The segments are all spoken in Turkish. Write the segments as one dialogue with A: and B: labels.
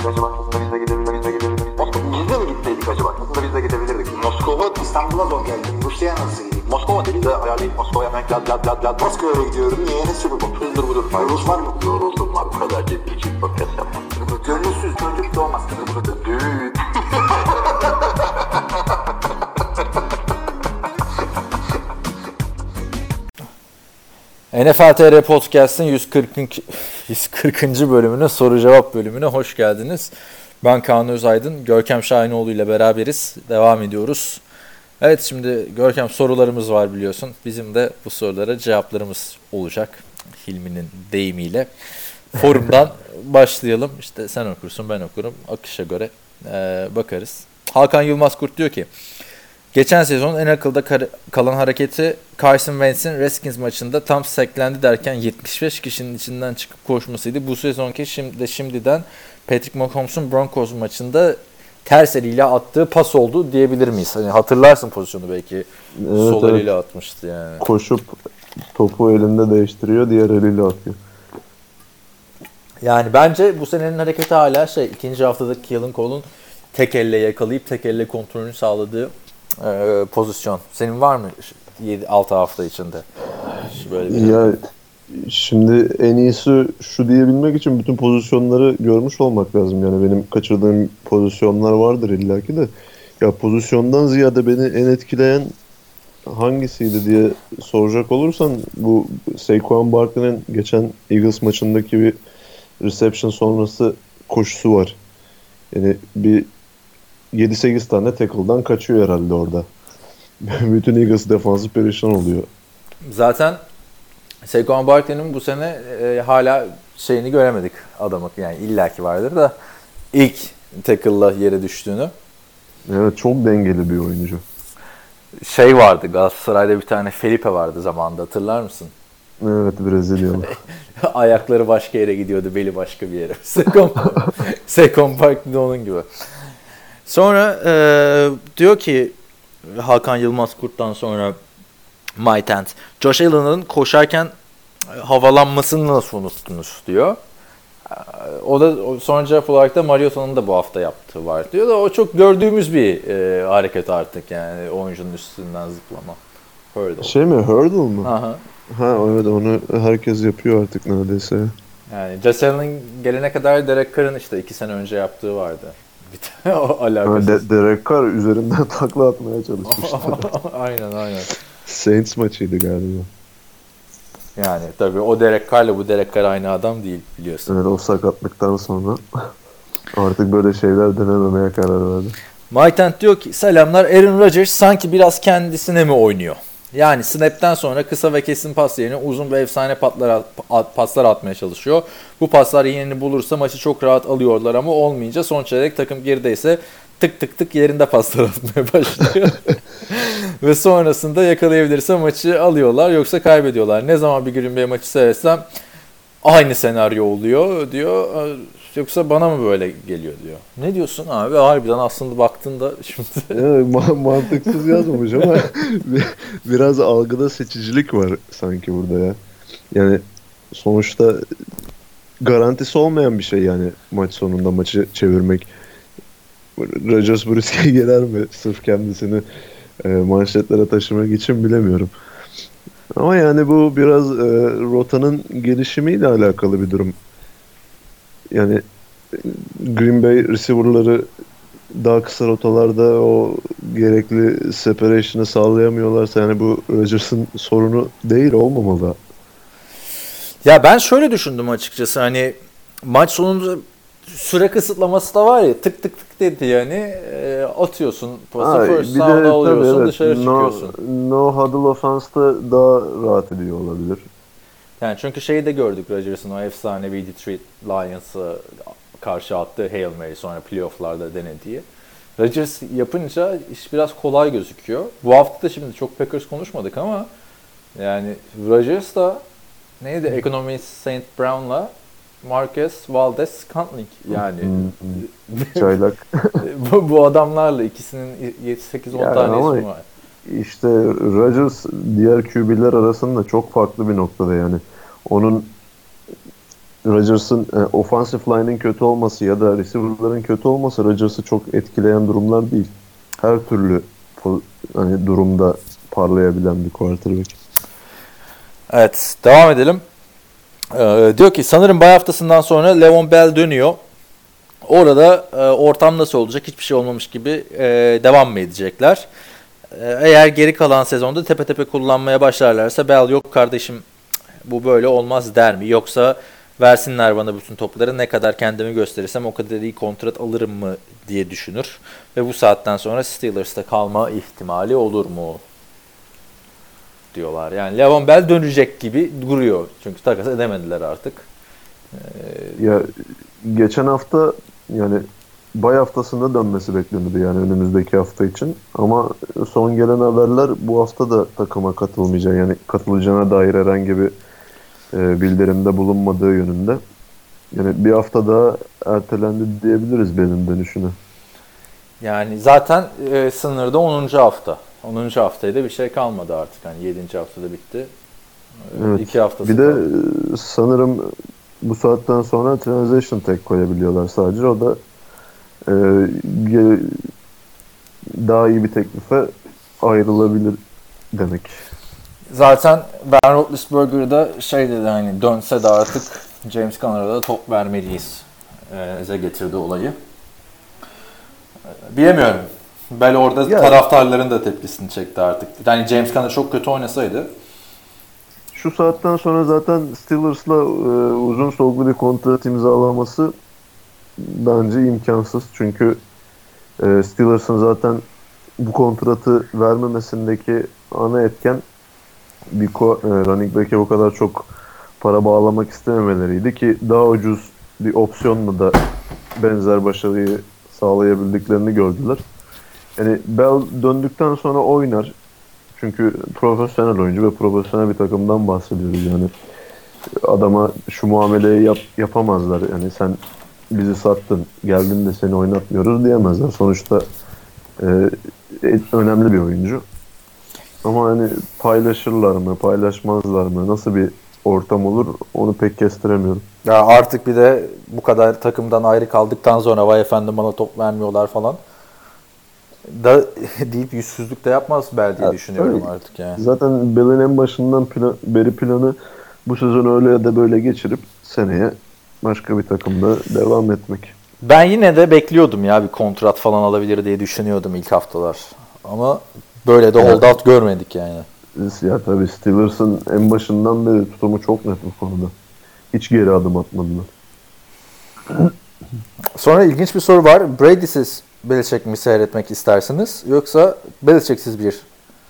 A: Biz de mi gitseydik acaba? Aslında biz de gidebilirdik.
B: Moskova, İstanbul'a zor geldim. Rusya'ya nasıl gideyim?
A: Moskova dedi de ayarlayıp Moskova'ya hemen lad.
B: Moskova'ya gidiyorum. Niye? Ne Super Bowl?
A: Hızdır budur.
B: Rus var mı?
A: Yoruldum var bu kadar ciddi için podcast yapmam.
B: Gönülsüz çocuk doğmaz.
A: Düğün.
C: NFL TR Podcast'ın 140. bölümüne, soru cevap bölümüne hoş geldiniz. Ben Kaan Özaydın, Görkem Şahinoğlu ile beraberiz. Devam ediyoruz. Evet, şimdi Görkem, sorularımız var biliyorsun. Bizim de bu sorulara cevaplarımız olacak. Hilmi'nin deyimiyle. Forumdan başlayalım. İşte sen okursun, ben okurum. Akışa göre bakarız. Hakan Yılmaz Kurt diyor ki, geçen sezon en akılda kalan hareketi Carson Wentz'in Redskins maçında tam seklendi derken 75 kişinin içinden çıkıp koşmasıydı. Bu sezonki şimdiden Patrick Mahomes'un Broncos maçında ters eliyle attığı pas oldu diyebilir miyiz? Hani hatırlarsın pozisyonu belki.
D: Evet,
C: sol eliyle atmıştı yani.
D: Koşup topu elinde değiştiriyor, diğer eliyle atıyor.
C: Yani bence bu senenin hareketi hala ikinci haftadaki Kellen Cole'un tek elle yakalayıp tek elle kontrolünü sağladığı pozisyon. Senin var mı 6 hafta içinde? Böyle bir
D: ya şimdi en iyisi şu diyebilmek için bütün pozisyonları görmüş olmak lazım. Yani benim kaçırdığım pozisyonlar vardır illaki de. Ya pozisyondan ziyade beni en etkileyen hangisiydi diye soracak olursan bu Saquon Barkley'nin geçen Eagles maçındaki bir reception sonrası koşusu var. Yani bir 7-8 tane tackle'dan kaçıyor herhalde orada. Bütün Eagles defansı perişan oluyor.
C: Zaten Saquon Barkley'nin bu sene hala şeyini göremedik adamı. Yani illaki vardır da ilk tackle'la yere düştüğünü.
D: Evet, çok dengeli bir oyuncu.
C: Vardı, Galatasaray'da bir tane Felipe vardı zamanında, hatırlar mısın?
D: Evet, Brezilyalı.
C: Ayakları başka yere gidiyordu, beli başka bir yere. Saquon Barkley de onun gibi. Sonra diyor ki Hakan Yılmaz Kurt'tan sonra MyTent, Josh Allen'ın koşarken havalanmasını nasıl unuttunuz diyor. O da sonra cevap olarak da Mariota'nın da bu hafta yaptığı var diyor da o çok gördüğümüz bir hareket artık, yani oyuncunun üstünden zıplama. Hurdle.
D: Mi? Hurdle mı?
C: Aha.
D: Ha evet, onu herkes yapıyor artık neredeyse.
C: Yani Josh Allen gelene kadar Derek Carr'ın işte 2 sene önce yaptığı vardı. Bir tane o alakasız.
D: Derek Carr üzerinden takla atmaya çalışmıştı.
C: Aynen.
D: Saints maçıydı galiba.
C: Yani tabii o Derek Carr'la bu Derek Carr aynı adam değil, biliyorsun.
D: Evet, o sakatlıktan sonra artık böyle şeyler denememeye karar verdi.
C: MyTent diyor ki, selamlar, Aaron Rodgers sanki biraz kendisine mi oynuyor? Yani snap'ten sonra kısa ve kesin pas yerine uzun ve efsane paslar atmaya çalışıyor. Bu paslar yerini bulursa maçı çok rahat alıyorlar ama olmayınca son çeyrek takım gerideyse tık tık yerinde paslar atmaya başlıyor. Ve sonrasında yakalayabilirse maçı alıyorlar, yoksa kaybediyorlar. Ne zaman bir Green Bay maçı seyretsem aynı senaryo oluyor diyor. Yoksa bana mı böyle geliyor diyor. Ne diyorsun abi? Harbiden aslında baktığında şimdi...
D: Evet, mantıksız yazmamış ama biraz algıda seçicilik var sanki burada ya. Yani sonuçta garantisi olmayan bir şey yani maç sonunda maçı çevirmek. Rodgers bu riske girer mi? Sırf kendisini manşetlere taşımak için bilemiyorum. Ama yani bu biraz rotanın gelişimiyle alakalı bir durum. Yani Green Bay receiver'ları daha kısa rotalarda o gerekli separation'ı sağlayamıyorlarsa yani bu Rodgers'ın sorunu değil, olmamalı.
C: Ya ben şöyle düşündüm açıkçası, hani maç sonunda süre kısıtlaması da var ya, tık dedi yani, atıyorsun pası, first down'da alıyorsun, evet, dışarı çıkıyorsun.
D: No huddle offense'da daha rahat ediyor olabilir.
C: Yani çünkü şeyi de gördük, Rodgers'ın o efsanevi Detroit Lions'a karşı attığı Hail Mary sonra playoff'larda denediği. Rodgers yapınca iş biraz kolay gözüküyor. Bu hafta da şimdi çok Packers konuşmadık ama yani Rodgers da neydi, Economy St. Brown'la Marquez Valdes-Scantling yani.
D: Çaylak.
C: bu adamlarla ikisinin 8-10 tane ismi var.
D: İşte Rodgers diğer QB'ler arasında çok farklı bir noktada yani. Onun Rodgers'ın offensive line'in kötü olması ya da receiver'ların kötü olması Rodgers'ı çok etkileyen durumlar değil. Her türlü hani durumda parlayabilen bir quarterback.
C: Evet, devam edelim. Diyor ki sanırım bay haftasından sonra Le'Veon Bell dönüyor. Orada ortam nasıl olacak? Hiçbir şey olmamış gibi devam mı edecekler? Eğer geri kalan sezonda tepe tepe kullanmaya başlarlarsa Bell yok kardeşim bu böyle olmaz der mi? Yoksa versinler bana bütün topları ne kadar kendimi gösterirsem o kadar iyi kontrat alırım mı diye düşünür. Ve bu saatten sonra Steelers'ta kalma ihtimali olur mu? Diyorlar. Yani Le'Veon Bell dönecek gibi duruyor. Çünkü takas edemediler artık.
D: Ya geçen hafta yani bay haftasında dönmesi bekleniyordu yani önümüzdeki hafta için. Ama son gelen haberler bu hafta da takıma katılmayacak. Yani katılacağına dair herhangi bir bildirimde bulunmadığı yönünde. Yani bir hafta daha ertelendi diyebiliriz benim dönüşüne.
C: Yani zaten sınırda 10. hafta. 10. haftaya da bir şey kalmadı artık. Hani 7. haftada bitti.
D: Evet.
C: 2 haftası
D: Bir de
C: kaldı.
D: sanırım bu saatten sonra transition tag koyabiliyorlar sadece. O da daha iyi bir teklife ayrılabilir demek.
C: Zaten Ben Roethlisberger'da şey dedi hani dönse de artık James Conner'a da top vermeliyiz. Getirdi olayı. Bilemiyorum. Bell orada
D: Ya,
C: taraftarların da tepkisini çekti artık. Yani James Conner çok kötü oynasaydı.
D: şu saatten sonra zaten Steelers'la uzun soluklu bir kontrat imzalaması bence imkansız. Çünkü Steelers'ın zaten bu kontratı vermemesindeki ana etken bir running back'e bu kadar çok para bağlamak istememeleriydi ki daha ucuz bir opsiyonla da benzer başarıyı sağlayabildiklerini gördüler. Yani Bell döndükten sonra oynar. Çünkü profesyonel oyuncu ve profesyonel bir takımdan bahsediyoruz yani. Adama şu muameleyi yapamazlar. Yani sen bizi sattın, geldin de seni oynatmıyoruz diyemezler. Sonuçta önemli bir oyuncu. Ama hani paylaşırlar mı, paylaşmazlar mı, nasıl bir ortam olur onu pek kestiremiyorum.
C: Ya artık bir de bu kadar takımdan ayrı kaldıktan sonra vay efendim bana top vermiyorlar falan da deyip yüzsüzlük de yapmaz Bell diye düşünüyorum
D: öyle.
C: artık yani.
D: Zaten Bell'in en başından beri planı bu sezon öyle ya da böyle geçirip seneye başka bir takımda devam etmek.
C: Ben yine de bekliyordum ya bir kontrat falan alabilir diye düşünüyordum ilk haftalar. Ama böyle de hold out görmedik yani.
D: Ya tabii Steelers'ın en başından beri tutumu çok net bu konuda. Hiç geri adım atmadılar.
C: Sonra ilginç bir soru var. Brady'siz Belichick mi seyretmek istersiniz? Yoksa Belichick'siz bir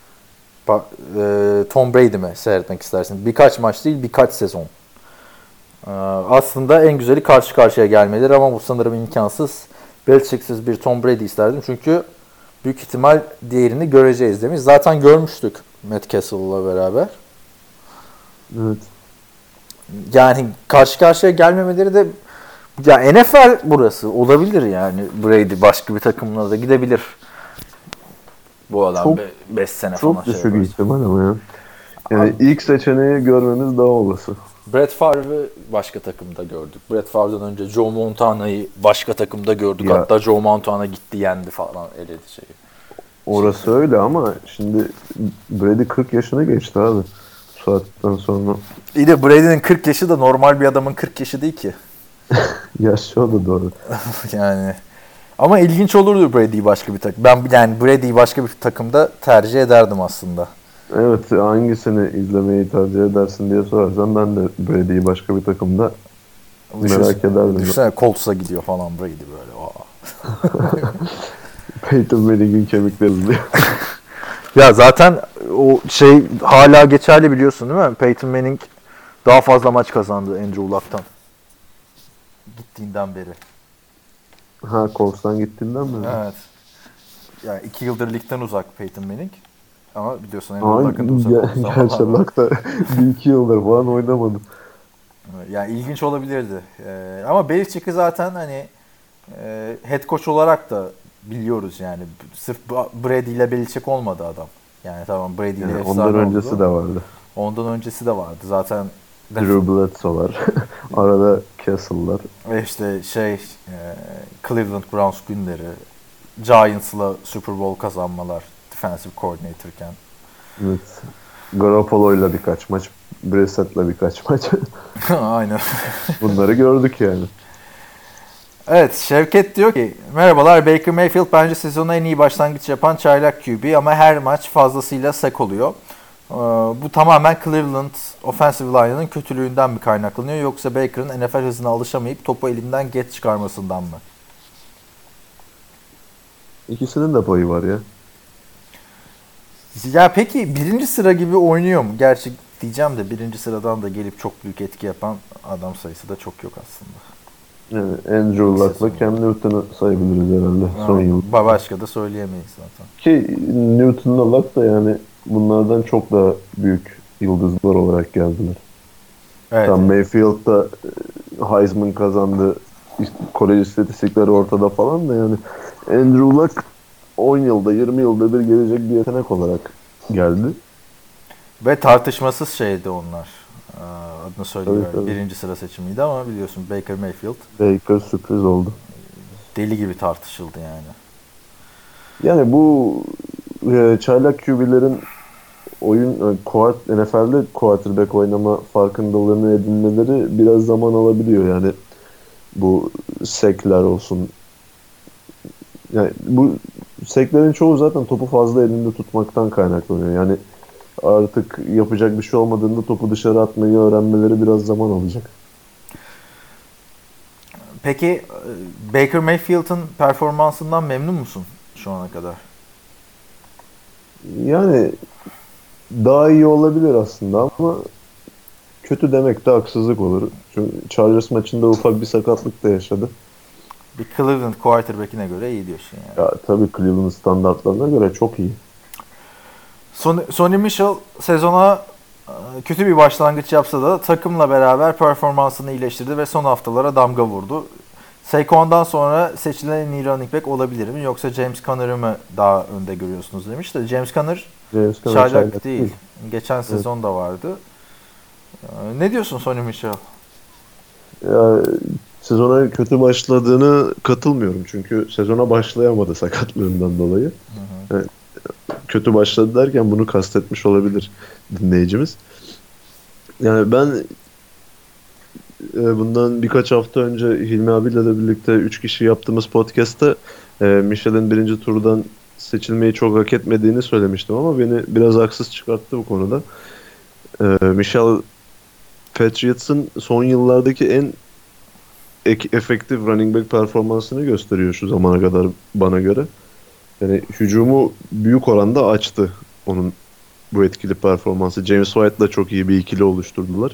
C: Tom Brady mi seyretmek istersiniz? Birkaç maç değil, birkaç sezon. Aslında en güzeli karşı karşıya gelmeleri ama bu sanırım imkansız. Belichick'siz bir Tom Brady isterdim. Çünkü büyük ihtimal diğerini göreceğiz demiş. Zaten görmüştük Matt Castle'la beraber.
D: Evet.
C: Yani karşı karşıya gelmemeleri de ya NFL burası olabilir yani. Brady başka bir takımına da gidebilir. Bu adam
D: Çok-
C: 5 sene
D: Çok
C: falan şey
D: düşük
C: yapar.
D: ihtimal ama ya. Yani ilk seçeneği görmemiz daha olası.
C: Brett Favre'ı başka takımda gördük. Brett Favre'dan önce Joe Montana'yı başka takımda gördük.
D: Ya.
C: Hatta Joe Montana gitti yendi falan eledi şeyi.
D: Orası öyle ama şimdi Brady 40 yaşına geçti abi. Bu saatten sonra.
C: İyi de Brady'nin 40 yaşı da normal bir adamın 40 yaşı değil ki.
D: Yaşlı o da doğru.
C: Yani ama ilginç olurdu Brady'yi başka bir takım. Ben yani Brady'yi başka bir takımda tercih ederdim aslında.
D: Evet, hangisini izlemeyi tercih edersin diye sorarsan ben de Brady'yi başka bir takımda merak ederdim.
C: Düşünsene Colts'a gidiyor falan Brady böyle.
D: Peyton Manning'in kemikleri izliyor.
C: Ya zaten o şey hala geçerli biliyorsun değil mi? Peyton Manning daha fazla maç kazandı Andrew Luck'tan. Gittiğinden beri.
D: Ha, Colts'tan gittiğinden mi?
C: Evet. Yani 2 yıldır ligden uzak Peyton Manning. Ama biliyorsun Andrew Luck'ın uzak olduğu zamanlar
D: Gerçi
C: var.
D: Luck da 1-2 yıldır falan oynamadı.
C: Yani ilginç olabilirdi. Ama Belichick'i zaten hani head coach olarak da biliyoruz yani. Sırf Brady ile Belichick olmadı adam. Yani tamam Brady ile
D: Yani
C: efsane
D: ondan
C: oldu.
D: öncesi de vardı.
C: Ondan öncesi de vardı. Zaten
D: Drew Bledsoe var. Arada Castle'lar.
C: Ve işte Cleveland Browns günleri, Giants'la Super Bowl kazanmalar, defensive coordinator'ken.
D: Evet. Garoppolo'yla birkaç maç. Brissett'la birkaç maç.
C: Aynen.
D: Bunları gördük yani.
C: Evet, Şevket diyor ki merhabalar, Baker Mayfield bence sezona en iyi başlangıç yapan çaylak QB ama her maç fazlasıyla sek oluyor. Bu tamamen Cleveland offensive line'ının kötülüğünden mi kaynaklanıyor yoksa Baker'ın NFL hızına alışamayıp topu elinden geç çıkarmasından mı?
D: İkisinin de payı var ya.
C: Ya peki birinci sıra gibi oynuyor mu? Gerçi diyeceğim de birinci sıradan da gelip çok büyük etki yapan adam sayısı da çok yok aslında.
D: Yani Andrew Luck'la Cam Newton'u sayabiliriz herhalde son yıl.
C: Başka da söyleyemeyiz zaten.
D: Ki Newton'la Luck da yani bunlardan çok daha büyük yıldızlar olarak geldiler.
C: Evet.
D: Tam Mayfield da Heisman kazandı. İşte kolej istatistikleri ortada falan da yani Andrew Luck 10 yılda 20 yılda bir gelecek bir yetenek olarak geldi.
C: Ve tartışmasız şeydi onlar. Adını söylüyorum.
D: Tabii.
C: Birinci sıra seçimiydi ama biliyorsun Baker Mayfield
D: Baker sürpriz oldu.
C: deli gibi tartışıldı yani.
D: Yani bu çaylak QB'lerin NFL'de quarterback oynama farkındalığını edinmeleri biraz zaman alabiliyor. Yani bu sekler olsun. Yani bu seklerin çoğu zaten topu fazla elinde tutmaktan kaynaklanıyor. Yani artık yapacak bir şey olmadığında topu dışarı atmayı öğrenmeleri biraz zaman alacak.
C: Peki Baker Mayfield'ın performansından memnun musun şu ana kadar?
D: Yani daha iyi olabilir aslında ama kötü demek de haksızlık olur. Çünkü Chargers maçında ufak bir sakatlık da yaşadı.
C: Bir Cleveland quarterback'ine göre iyi diyorsun yani.
D: Ya tabii Cleveland standartlarına göre çok iyi.
C: Sonny Michel sezona kötü bir başlangıç yapsa da takımla beraber performansını iyileştirdi ve son haftalara damga vurdu. Saquon'dan sonra seçilen en iyi running back olabilir mi? Yoksa James Conner'ı mı daha önde görüyorsunuz demiş de James Conner çaylak değil. Geçen sezon da vardı. Ne diyorsun Sonny Michel?
D: Ya, sezona kötü başladığını katılmıyorum. Çünkü sezona başlayamadı sakatlığından dolayı. Yani, kötü başladı derken bunu kastetmiş olabilir dinleyicimiz. Yani ben bundan birkaç hafta önce Hilmi abiyle de birlikte 3 kişi yaptığımız podcast'ta Michel'in birinci turdan seçilmeyi çok hak etmediğini söylemiştim ama beni biraz haksız çıkarttı bu konuda. Michel Patriots'ın son yıllardaki en efektif running back performansını gösteriyor şu zamana kadar bana göre. Yani hücumu büyük oranda açtı onun bu etkili performansı. James White'la çok iyi bir ikili oluşturdular.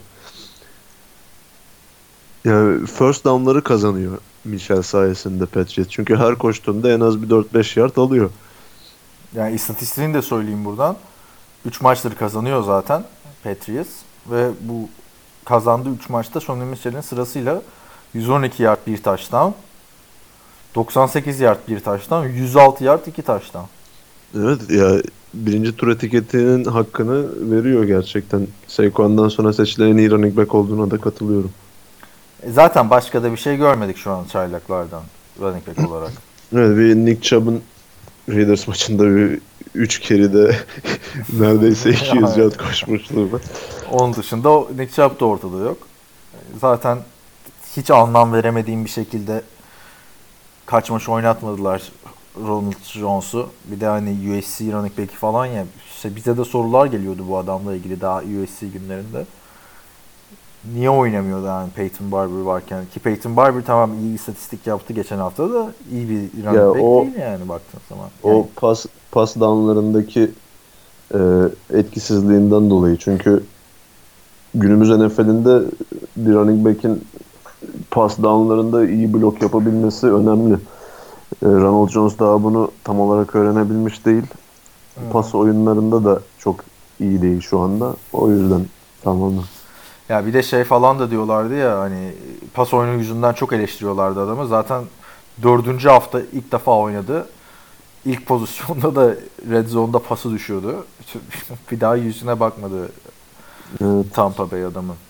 D: Yani first down'ları kazanıyor Michel sayesinde Patriots. Çünkü her koştuğunda en az bir 4-5 yard alıyor.
C: Yani istatistiğini de söyleyeyim buradan. 3 maçları kazanıyor zaten Patriots ve bu kazandığı 3 maçta Sonny Michel'in sırasıyla 112 yard bir touchdown, 98 yard bir touchdown, 106 yard 2 touchdown.
D: Evet ya, birinci tur etiketinin hakkını veriyor gerçekten. Saquon'dan sonra seçilen en iyi running back olduğuna da katılıyorum.
C: Zaten başka da bir şey görmedik şu an çaylaklardan running back olarak.
D: Evet, bir Nick Chubb'ın Raiders maçında bir 3 carry'de neredeyse 200 yard koşmuşluğu var.
C: Onun dışında Nick Chubb da ortada yok. Zaten hiç anlam veremediğim bir şekilde kaç maç oynatmadılar Ronald Jones'u. Bir de hani USC running back'i falan ya. İşte bize de sorular geliyordu bu adamla ilgili daha USC günlerinde. Niye oynamıyordu yani Peyton Barber varken? Ki Peyton Barber tamam iyi istatistik yaptı geçen hafta da iyi bir running back değil yani baktığın zaman. Yani,
D: o pas down'larındaki etkisizliğinden dolayı. Çünkü günümüz NFL'inde bir running back'in pas down'larında iyi blok yapabilmesi önemli. Ronald Jones daha bunu tam olarak öğrenebilmiş değil. Pas oyunlarında da çok iyi değil şu anda. O yüzden tamamen.
C: ya bir de şey falan da diyorlardı ya hani pas oyunu yüzünden çok eleştiriyorlardı adamı. Zaten 4. hafta ilk defa oynadı. İlk pozisyonda da Red Zone'da pası düşüyordu. Bir daha yüzüne bakmadı
D: Evet.
C: Tampa Bay adamın.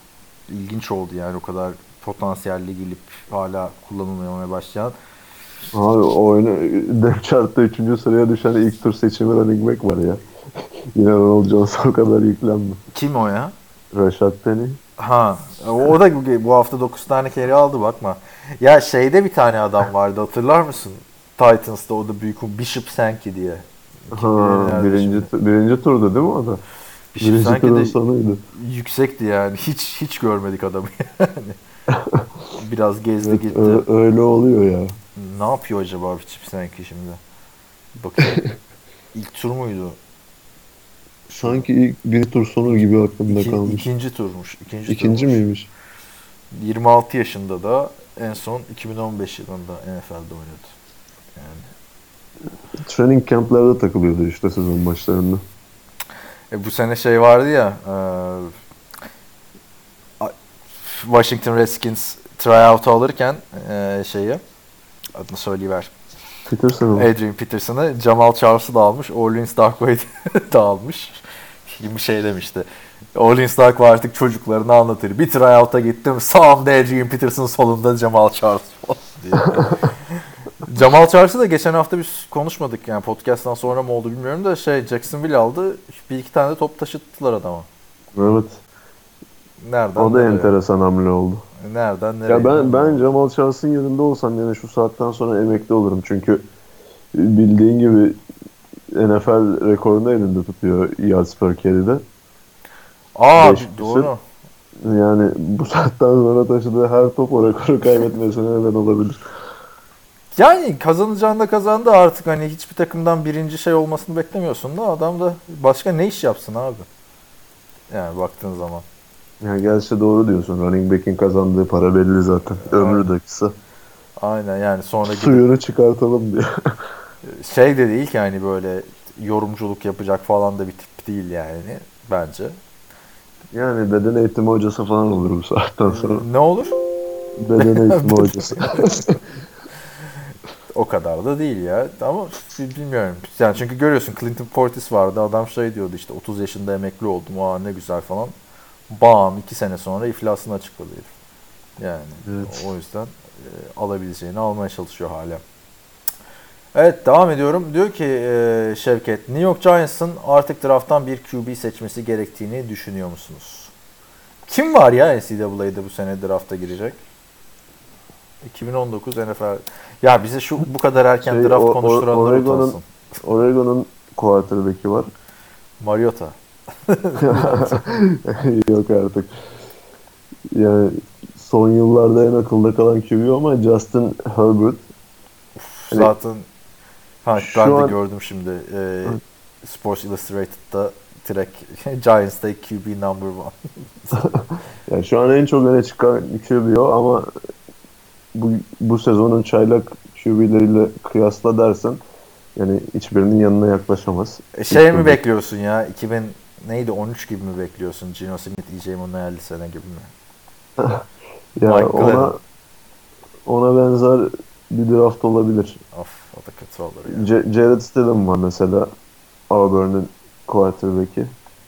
C: ilginç oldu yani o kadar potansiyelli gelip hala kullanılmamaya başlayan.
D: Abi o oyunu depth chart'ta 3. sıraya düşen ilk tur seçimi running back var ya. Yine Ronald Jones'a o kadar yüklenme.
C: Kim o ya?
D: Rashad Penny.
C: Ha, o da bu hafta 9 tane carry aldı bakma. Ya şeyde bir tane adam vardı hatırlar mısın? Titans'ta o da büyük Bishop Sankey diye.
D: Ha,
C: Nerede şimdi?
D: birinci turda değil mi o da?
C: Bishop
D: Birinci
C: Sankey
D: turun
C: de
D: sonuydu.
C: yüksekti yani. Hiç görmedik adamı yani. Biraz gezdi
D: Evet,
C: gitti.
D: öyle oluyor ya.
C: Ne yapıyor acaba Bishop Sankey şimdi? Bakayım. İlk tur muydu?
D: Sanki ilk bir tur sonu gibi aklımda kalmış.
C: İkinci turmuş.
D: İkinci
C: turmuş.
D: miymiş?
C: 26 yaşında da en son 2015 yılında NFL'de oynadı. Yani
D: Training camp'lerde takılıyordu işte sezon başlarında.
C: bu sene şey vardı ya Washington Redskins tryout alırken şeyi adını söyleyiver.
D: Peterson'ı mı?
C: Adrian Peterson'ı, Jamal Charles'ı da almış. Orleans Darkwade'i da almış. Gibi şey demişti. Orleans Darkwa artık çocuklarına anlatır. Bir tryout'a gittim. Sağımda Adrian Peterson, solunda Jamal Charles diye. Jamal Charles'ı da geçen hafta biz konuşmadık yani podcast'tan sonra mı oldu bilmiyorum da Jacksonville aldı. Bir iki tane de top taşıttılar adama.
D: Evet.
C: Nereden
D: O da
C: nereye?
D: enteresan hamle oldu.
C: Nereden nereye?
D: Ya ben Jamal Charles'ın yerinde olsam yani şu saatten sonra emekli olurum. Çünkü bildiğin gibi NFL rekorunu elinde tutuyor yards per carry'de.
C: Aa
D: 5
C: doğru.
D: Yani bu saatten sonra taşıdığı her top o rekoru kaybetmesine neden olabilir.
C: Yani kazanacağında kazandı artık hani hiçbir takımdan birinci şey olmasını beklemiyorsun da adam da başka ne iş yapsın abi? Yani baktığın zaman.
D: Yani gerçi doğru diyorsun. Running back'in kazandığı para belli zaten. Ömrü de kısa.
C: Aynen yani sonra gidip
D: Suyunu çıkartalım diye.
C: şey de değil ki hani böyle yorumculuk yapacak falan da bir tip değil yani bence.
D: Yani beden eğitimi hocası falan olur bu saatten sonra.
C: Ne olur?
D: Beden eğitimi hocası.
C: O kadar da değil ya. Ama bilmiyorum. Yani çünkü görüyorsun Clinton Portis vardı. Adam şey diyordu işte 30 yaşında emekli oldum. Aa ne güzel falan. Bam 2 sene sonra iflasını açıkladı herif. Yani
D: Evet.
C: o yüzden alabileceğini almaya çalışıyor hala. Evet devam ediyorum. Diyor ki Şevket, New York Giants'ın artık drafttan bir QB seçmesi gerektiğini düşünüyor musunuz? Kim var ya NCAA'de bu sene drafta girecek? 2019 NFL. Ya bize bu kadar erken draft konuşturanlar utansın.
D: Oregon'un quarterback'i var.
C: Mariota.
D: Yok artık. Yani son yıllarda en akılda kalan QB ama Justin Herbert.
C: Zaten ben
D: Şu
C: de
D: an-
C: gördüm şimdi. Sports Illustrated'da direkt Giants'ta QB number one.
D: Yani şu an en çok öne çıkan QB o ama bu sezonun çaylak QB'leriyle kıyasla dersen yani hiçbirinin yanına yaklaşamaz.
C: Şey mi bekliyorsun ya? 2000 neydi? 13 gibi mi bekliyorsun? Geno Smith, EJ Manuel sene gibi mi?
D: Ya
C: Mike Glennon.
D: ona benzer bir draft olabilir.
C: Of, o da kötü olur ya.
D: Jared Stidham var mesela, Auburn'un quarterback'i.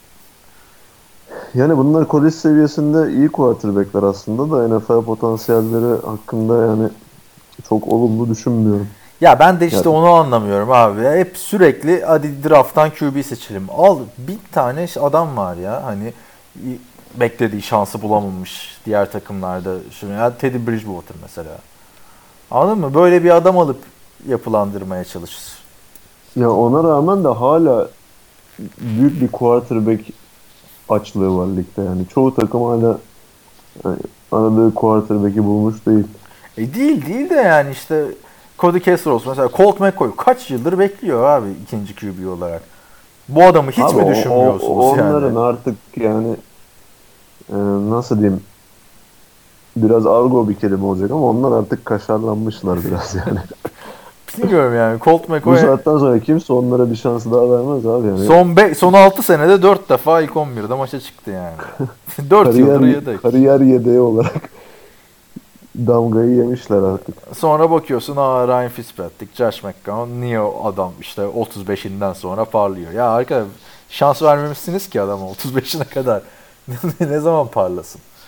D: Yani bunlar college seviyesinde iyi quarterback'ler aslında da NFL potansiyelleri hakkında yani çok olumlu düşünmüyorum.
C: Ya ben de işte
D: Yani-
C: onu anlamıyorum abi. Ya hep sürekli hadi drafttan QB seçelim. Al bir tane adam var ya hani beklediği şansı bulamamış diğer takımlarda. Şimdi ya Teddy Bridgewater mesela. Anladın mı? Böyle bir adam alıp yapılandırmaya çalışır.
D: Ya ona rağmen de hala büyük bir quarterback açlığı var ligde yani. Çoğu takım hala yani aradığı quarterback'i bulmuş değil.
C: Değil de yani işte Cody Kessler olsun mesela Colt McCoy kaç yıldır bekliyor abi ikinci QB olarak. Bu adamı hiç
D: Abi
C: mi düşünmüyorsunuz
D: onların
C: yani?
D: artık yani nasıl diyeyim, biraz argo bir kelime olacak ama onlar artık kaşarlanmışlar biraz yani.
C: Bilmiyorum yani Colt
D: Bu
C: McCoy
D: saatten sonra kimse onlara bir şans daha vermez abi yani.
C: son 6 senede 4 defa ilk 11'de maça çıktı yani. 4 yıldır yedek.
D: Kariyer yedeği olarak damgayı yemişler artık.
C: Sonra bakıyorsun Ryan Fitzpatrick, Josh McCown, niye o adam işte 35'inden sonra parlıyor. Ya arkadaş şans vermemişsiniz ki adama 35'ine kadar. Ne zaman parlasın?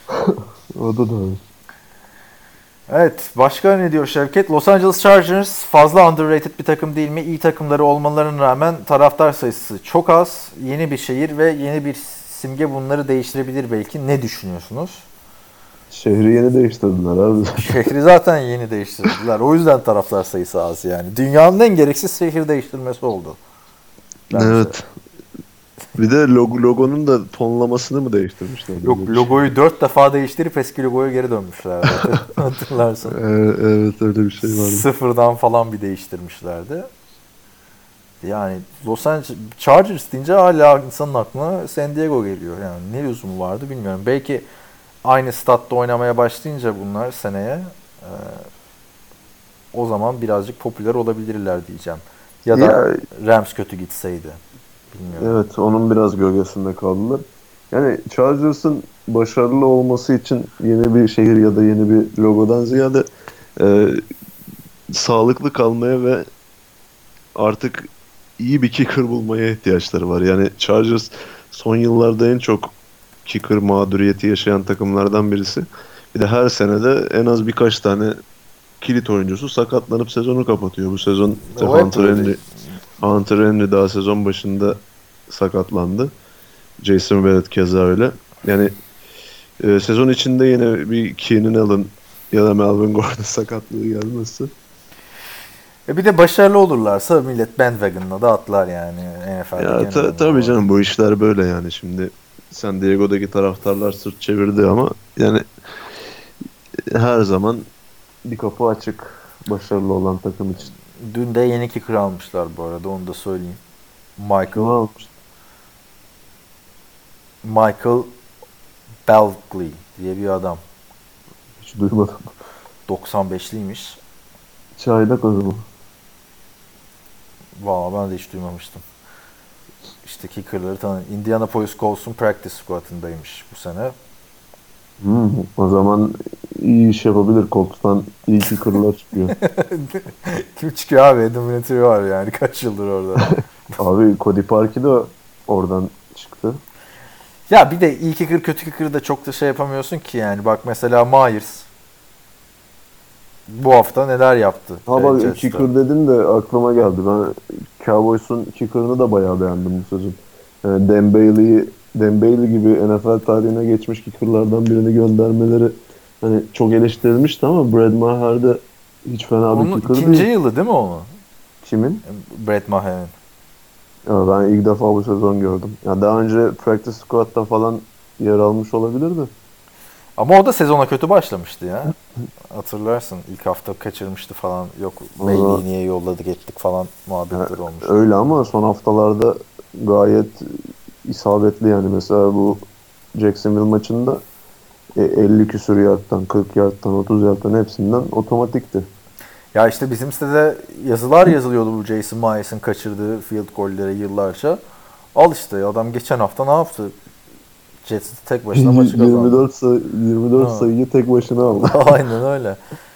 D: O da doğru.
C: Evet, başka ne diyor Şevket? Los Angeles Chargers fazla underrated bir takım değil mi? İyi takımları olmalarına rağmen taraftar sayısı çok az. Yeni bir şehir ve yeni bir simge bunları değiştirebilir belki. Ne düşünüyorsunuz?
D: Şehri yeni değiştirdiler abi.
C: Şehri zaten yeni değiştirdiler. O yüzden taraftar sayısı az yani. Dünyanın en gereksiz şehir değiştirmesi oldu. Bence.
D: Evet. Bir de logonun da tonlamasını mı değiştirmişler?
C: Yok,
D: Böyle bir
C: logoyu 4 defa değiştirip eski logoya geri dönmüşlerdi. Hatırlarsın.
D: Evet öyle bir şey vardı.
C: Sıfırdan falan bir değiştirmişlerdi. Yani Los Angeles Chargers deyince hala insanın aklına San Diego geliyor. Yani ne lüzumu vardı bilmiyorum. Belki aynı statta oynamaya başlayınca bunlar seneye o zaman birazcık popüler olabilirler diyeceğim. Ya da
D: Ya,
C: Rams kötü gitseydi. Bilmiyorum.
D: evet onun biraz gölgesinde kaldılar. Yani Chargers'ın başarılı olması için yeni bir şehir ya da yeni bir logodan ziyade e, sağlıklı kalmaya ve artık iyi bir kicker bulmaya ihtiyaçları var. Yani Chargers son yıllarda en çok kicker mağduriyeti yaşayan takımlardan birisi. Bir de her senede en az birkaç tane kilit oyuncusu sakatlanıp sezonu kapatıyor. Bu sezon işte
C: O hep öyle.
D: Hunter Henry daha sezon başında sakatlandı. Jason Verrett keza öyle. Yani sezon içinde yine bir Keenan Allen ya da Melvin Gordon sakatlığı gelmezse.
C: Bir de başarılı olurlarsa millet bandwagon'ına da atlar yani NFL'de.
D: Ya tabii canım bu işler böyle yani şimdi San Diego'daki taraftarlar sırt çevirdi ama yani her zaman bir kapı açık başarılı olan takım için.
C: Dün de yeni kicker almışlar bu arada, onu da söyleyeyim. Michael Belkley diye bir adam.
D: Hiç duymadım.
C: 95'liymiş.
D: Çaylak o zaman.
C: Valla ben de hiç duymamıştım. İşte kicker'ları tanıyorum. Indianapolis Colts'un practice squad'ındaymış bu sene.
D: O zaman iyi iş yapabilir. Colts'tan iyi kicker'lar çıkıyor.
C: Kim çıkıyor abi? Adam Vinatieri var yani. Kaç yıldır orada.
D: Abi Cody Parkey de oradan çıktı.
C: Ya bir de iyi kicker kötü kicker da çok da şey yapamıyorsun ki yani. Bak mesela Myers bu hafta neler yaptı?
D: Ha bak
C: Jets'te.
D: kicker dedin de aklıma geldi. Ben Cowboys'un kicker'ını da bayağı beğendim bu sezon. Yani Dan Bailey gibi NFL tarihine geçmiş kicker'lardan birini göndermeleri hani çok eleştirilmişti ama Brad Maher de hiç fena bir
C: Onun
D: kicker
C: ikinci
D: değil.
C: yılı değil mi onun?
D: Kimin?
C: Brett Maher'in.
D: Ya ben ilk defa bu sezon gördüm. Ya daha önce practice squad'da falan yer almış olabilirdi.
C: Ama o da sezona kötü başlamıştı ya. Hatırlarsın ilk hafta kaçırmıştı falan. Yok Bailey'i niye yolladık ettik falan muhabbetler olmuş.
D: Öyle ama son haftalarda gayet isabetli yani. Mesela bu Jacksonville maçında 50 küsur yardtan, 40 yardtan, 30 yardtan hepsinden otomatikti.
C: Ya işte bizim sitede yazılar yazılıyordu bu Jason Myers'ın kaçırdığı field golleri yıllarca. Al işte adam geçen hafta ne yaptı? Jets'i tek başına maçı kazandı.
D: 24 sayıyı tek başına aldı.
C: Aynen öyle.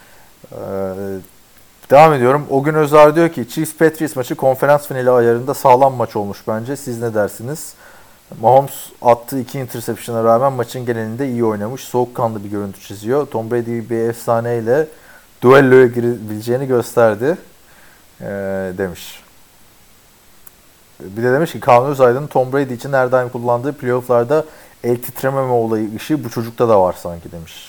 C: Devam ediyorum. O gün Özar diyor ki Chiefs Patriots maçı konferans finali ayarında sağlam maç olmuş bence. Siz ne dersiniz? Mahomes attığı 2 interception'a rağmen maçın genelinde iyi oynamış. Soğukkanlı bir görüntü çiziyor. Tom Brady bir efsaneyle düelloya girebileceğini gösterdi demiş. Bir de demiş ki Kaan Özaydın Tom Brady için her daim kullandığı playoff'larda el titrememe olayı ışığı bu çocukta da var sanki demiş.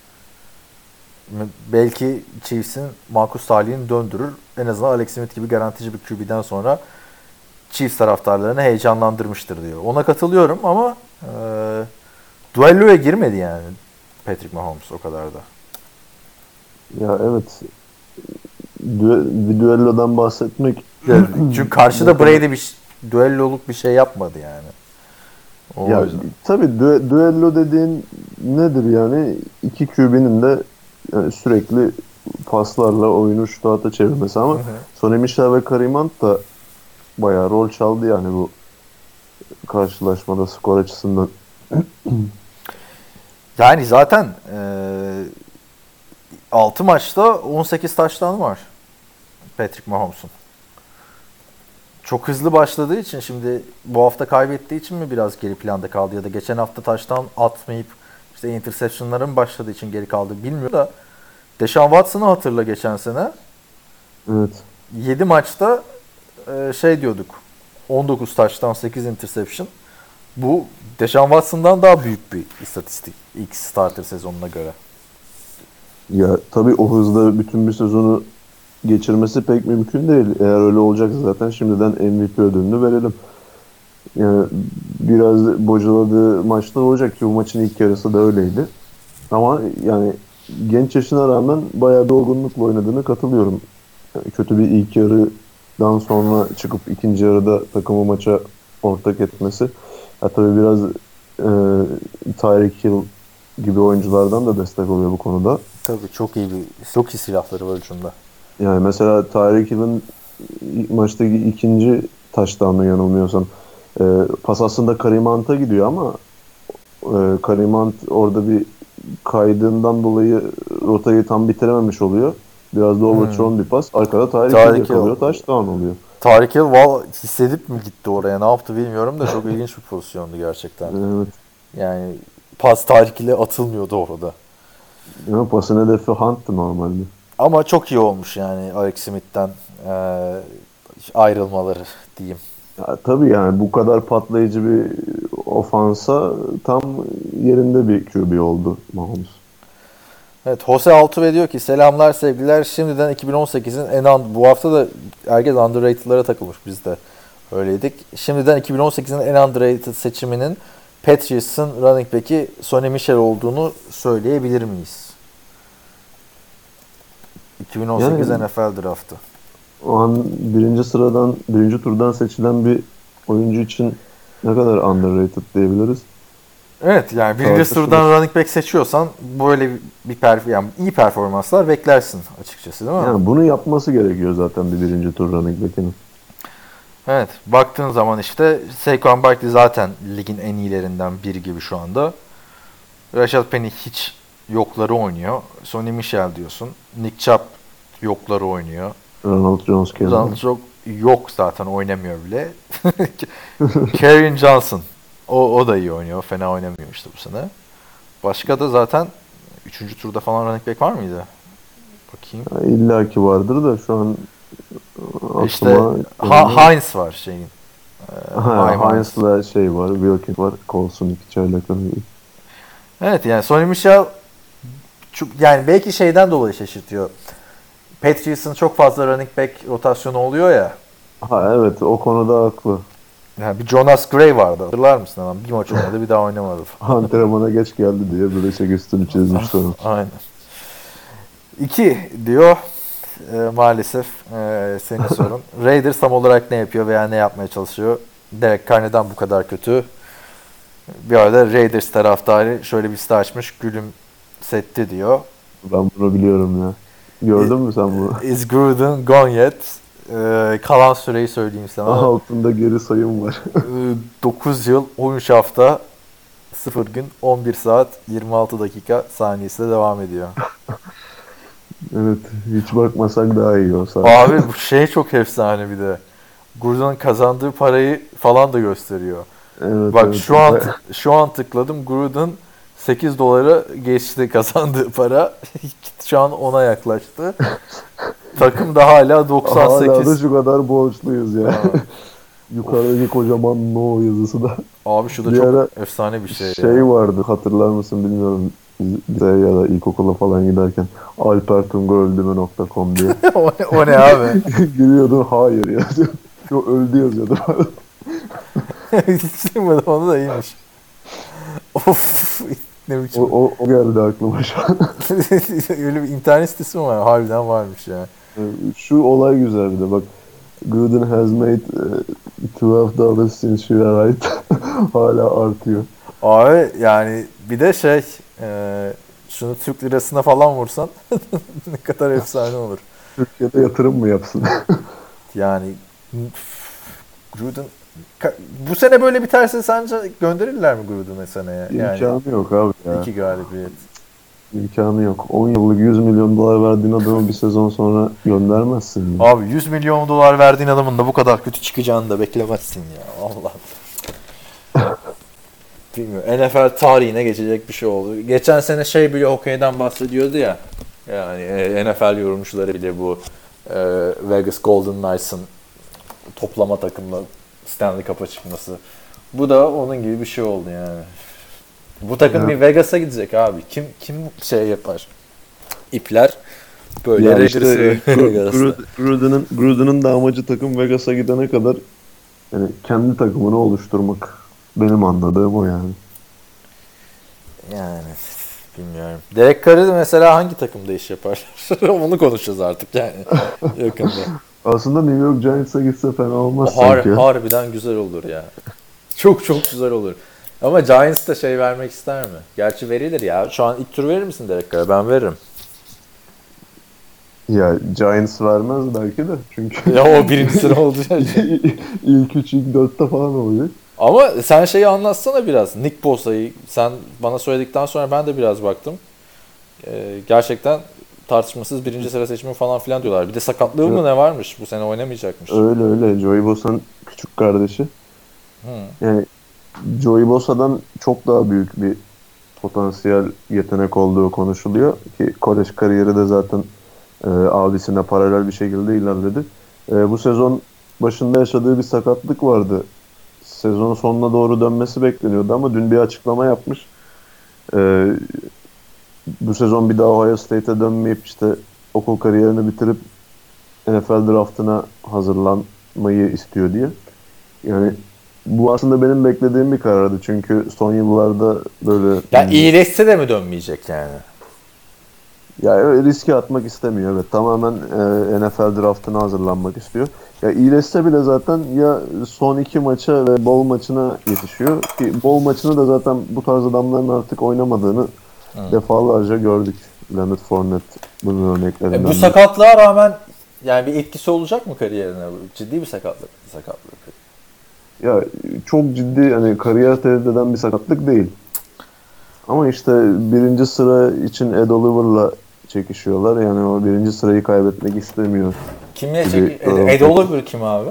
C: Belki Chiefs'in Marcus Salih'ini döndürür. En azından Alex Smith gibi garantici bir QB'den sonra Chiefs taraftarlarını heyecanlandırmıştır diyor. Ona katılıyorum ama duelloya girmedi yani Patrick Mahomes o kadar da.
D: Ya evet. Bir düellodan bahsetmek
C: Çünkü karşıda Brady bir düelloluk bir şey yapmadı yani. O
D: ya
C: yüzden.
D: tabii düello dediğin nedir yani? İki QB'nin de yani sürekli paslarla oyunu şu ata çevirmesi ama Sonny Michel ve Kareem Hunt da bayağı rol çaldı yani bu karşılaşmada skor açısından.
C: Yani zaten 6 maçta 18 touchdown var Patrick Mahomes'un. Çok hızlı başladığı için şimdi bu hafta kaybettiği için mi biraz geri planda kaldı ya da geçen hafta touchdown atmayıp işte interception'ların başladığı için geri kaldı bilmiyorum da Deshaun Watson'ı hatırla geçen sene.
D: Evet.
C: 7 maçta şey diyorduk. 19 touchdown, 8 interception. Bu Deshaun Watson'dan daha büyük bir istatistik ilk starter sezonuna göre.
D: Ya tabii o hızla bütün bir sezonu geçirmesi pek mümkün değil. Eğer öyle olacaksa zaten şimdiden MVP ödülünü verelim. Yani biraz bocaladığı maçlar olacak ki bu maçın ilk yarısı da öyleydi. Ama yani genç yaşına rağmen bayağı bir olgunlukla oynadığını katılıyorum. Yani kötü bir ilk yarıdan sonra çıkıp ikinci yarıda takımı maça ortak etmesi. Ya tabii biraz Tyreek Hill gibi oyunculardan da destek oluyor bu konuda.
C: Tabii çok iyi silahları var ucunda.
D: Yani mesela Tyreek Hill'in maçtaki ikinci touchdown'u yanılmıyorsam pas aslında Kareem Hunt'a gidiyor ama Kareem Hunt orada bir kaydığından dolayı rotayı tam bitirememiş oluyor. Biraz da overthrown bir pas. Arkada Tyreek Hill yakalıyor. Touchdown oluyor.
C: Tyreek Hill hissedip mi gitti oraya? Ne yaptı bilmiyorum da çok ilginç bir pozisyondu gerçekten.
D: Evet.
C: Yani pas Tyreek Hill'e atılmıyordu orada.
D: Yani pasın hedefi Hunt'tı normalde.
C: Ama çok iyi olmuş yani Alex Smith'ten ayrılmaları diyeyim.
D: Ya, tabii yani bu kadar patlayıcı bir ofansa tam yerinde bir QB oldu Mahomes.
C: Evet, Jose Altuve diyor ki selamlar sevgiler. Şimdiden 2018'in bu hafta da herkes underrated'lara takılmış, biz de öyleydik. Şimdiden 2018'in en underrated seçiminin Patriots'ın running back'i Sonny Michel olduğunu söyleyebilir miyiz? 2018
D: Yani,
C: NFL draftı.
D: O an birinci turdan seçilen bir oyuncu için ne kadar underrated diyebiliriz?
C: Evet, yani birinci turdan running back seçiyorsan böyle yani iyi performanslar beklersin açıkçası, değil mi?
D: Yani bunu yapması gerekiyor zaten bir birinci tur running back'inin.
C: Evet, baktığın zaman işte Saquon Barkley zaten ligin en iyilerinden biri gibi şu anda. Rashad Penny hiç yokları oynuyor. Sonny Michel diyorsun. Nick Chubb yokları oynuyor.
D: Ronald Jones keza.
C: Ronald Jones yok zaten, oynamıyor bile. Kerryon Johnson. O da iyi oynuyor. Fena oynamıyor işte bu sene. Başka da zaten 3. turda falan running back var mıydı? Bakayım.
D: Ya, İlla ki vardır da şu an
C: İşte Hines var şeyin.
D: Hines'la şey var, Wilkins var, Colson hiç alakalı değil.
C: Evet, yani Sonny Michel yani belki şeyden dolayı şaşırtıyor. Patriots'ın çok fazla running back rotasyonu oluyor ya.
D: Ha evet, o konuda haklı.
C: Yani bir Jonas Gray vardı. Hatırlar mısın? Ama bir maç oynadı, bir daha oynamadı.
D: Antrenmana geç geldi diye böyle şey üstünü çizmişti onu.
C: Aynen. 2 diyor. Maalesef senin sorun. Raiders tam olarak ne yapıyor veya ne yapmaya çalışıyor? Derek Carr neden bu kadar kötü? Bir arada Raiders taraftarı şöyle bir site açmış. Gülümsetti diyor.
D: Ben bunu biliyorum ya. Gördün mü sen bunu?
C: Is Gruden gone yet? Kalan süreyi söyleyeyim sana.
D: Altında geri sayım var.
C: 9 yıl, 13 hafta, 0 gün, 11 saat, 26 dakika saniyesiyle devam ediyor.
D: Evet, hiç bakmasak daha iyi o saat.
C: Abi bu şey çok efsane bir de. Gruden'ın kazandığı parayı falan da gösteriyor.
D: Evet,
C: Bak
D: evet.
C: şu an tıkladım. Gruden $8 geçti kazandığı para. Şu an 10'a yaklaştı. Takım da hala 98.
D: Hala da şu kadar borçluyuz ya. Yukarıdaki kocaman no yazısı da.
C: Abi şu da
D: Bir
C: çok
D: ara
C: efsane bir şey.
D: Şey vardı, hatırlar mısın bilmiyorum. Bize ya da ilkokula falan giderken alpertungaöldü.com diye.
C: O ne abi?
D: Giriyordun, hayır yazıyor. Yo, öldü yazıyordu.
C: Hiç duymadım, onu da iyiymiş. Of, ne biçim.
D: o geldi aklıma şu an.
C: Öyle bir internet sitesi mi var? Harbiden varmış ya.
D: Şu olay güzel bir de bak. Gruden has made $12 since you arrived. Hala artıyor.
C: Abi yani bir de şunu Türk lirasına falan vursan ne kadar efsane olur.
D: Türkiye'de yatırım mı yapsın?
C: Yani Gruden bu sene böyle biterse sence gönderirler mi Gruden'ı seneye? Yani
D: İmkanı yok abi ya.
C: 2 galibiyet.
D: İmkanı yok. 10 yıllık $100 milyon verdiğin adamı bir sezon sonra göndermezsin. Ya.
C: Abi $100 milyon verdiğin adamın da bu kadar kötü çıkacağını da beklemezsin ya. Allah. bilmiyorum. NFL tarihine geçecek bir şey oldu. Geçen sene şey bile hokeyden bahsediyordu ya. Yani NFL yorumcuları bile bu Vegas Golden Knights'ın toplama takımla Stanley Cup'a çıkması. Bu da onun gibi bir şey oldu yani. Bu takım bir Vegas'a gidecek abi. Kim şey yapar? İpler böyle
D: Ya
C: Raiders'ı
D: işte
C: Vegas'ta.
D: Gruden'ın da amacı takım Vegas'a gidene kadar yani kendi takımını oluşturmak. Benim anladığım o yani.
C: Yani bilmiyorum. Derek Carr'ı mesela hangi takımda iş yapar? Onu konuşacağız artık yani yakında.
D: Aslında New York Giants'a gitse fena olmaz sanki.
C: Harbiden güzel olur ya. Çok güzel olur. Ama Giants da şey vermek ister mi? Gerçi verilir ya. Şu an ilk tur verir misin Derek Carr'a? Ben veririm.
D: Ya Giants vermez belki de. Çünkü
C: Ya o birinci sıra olacak.
D: ilk 3, ilk 4'te falan olacak.
C: Ama sen şeyi anlatsana biraz. Nick Bosa'yı sen bana söyledikten sonra ben de biraz baktım. Gerçekten tartışmasız birinci sıra seçimi falan filan diyorlar. Bir de sakatlığı mı ne varmış? Bu sene oynamayacakmış.
D: Öyle. Joey Bosa'nın küçük kardeşi. Yani Joey Bosa'dan çok daha büyük bir potansiyel yetenek olduğu konuşuluyor. Ki kolej kariyeri de zaten abisine paralel bir şekilde ilerledi. Bu sezon başında yaşadığı bir sakatlık vardı. Sezon sonuna doğru dönmesi bekleniyordu ama dün bir açıklama yapmış. Bu sezon bir daha Ohio State'e dönmeyip işte okul kariyerini bitirip NFL draftına hazırlanmayı istiyor diye. Yani bu aslında benim beklediğim bir karardı. Çünkü son yıllarda böyle...
C: Yani iyileşse de mi dönmeyecek yani?
D: Ya riske atmak istemiyor. Evet, tamamen NFL draftına hazırlanmak istiyor. Ya iyileşse bile zaten ya son 2 maça ve bowl maçına yetişiyor. Ki bowl maçını da zaten bu tarz adamların artık oynamadığını defalarca gördük. Leonard Fournette bunun örneklerinden.
C: Bu sakatlığa rağmen yani bir etkisi olacak mı kariyerine? Ciddi bir sakatlık.
D: Ya çok ciddi hani kariyer tehdit eden bir sakatlık değil. Ama işte birinci sıra için Ed Oliver'la çekişiyorlar. Yani o birinci sırayı kaybetmek istemiyor.
C: Kimle çekiyor? Ed Oliver kim abi?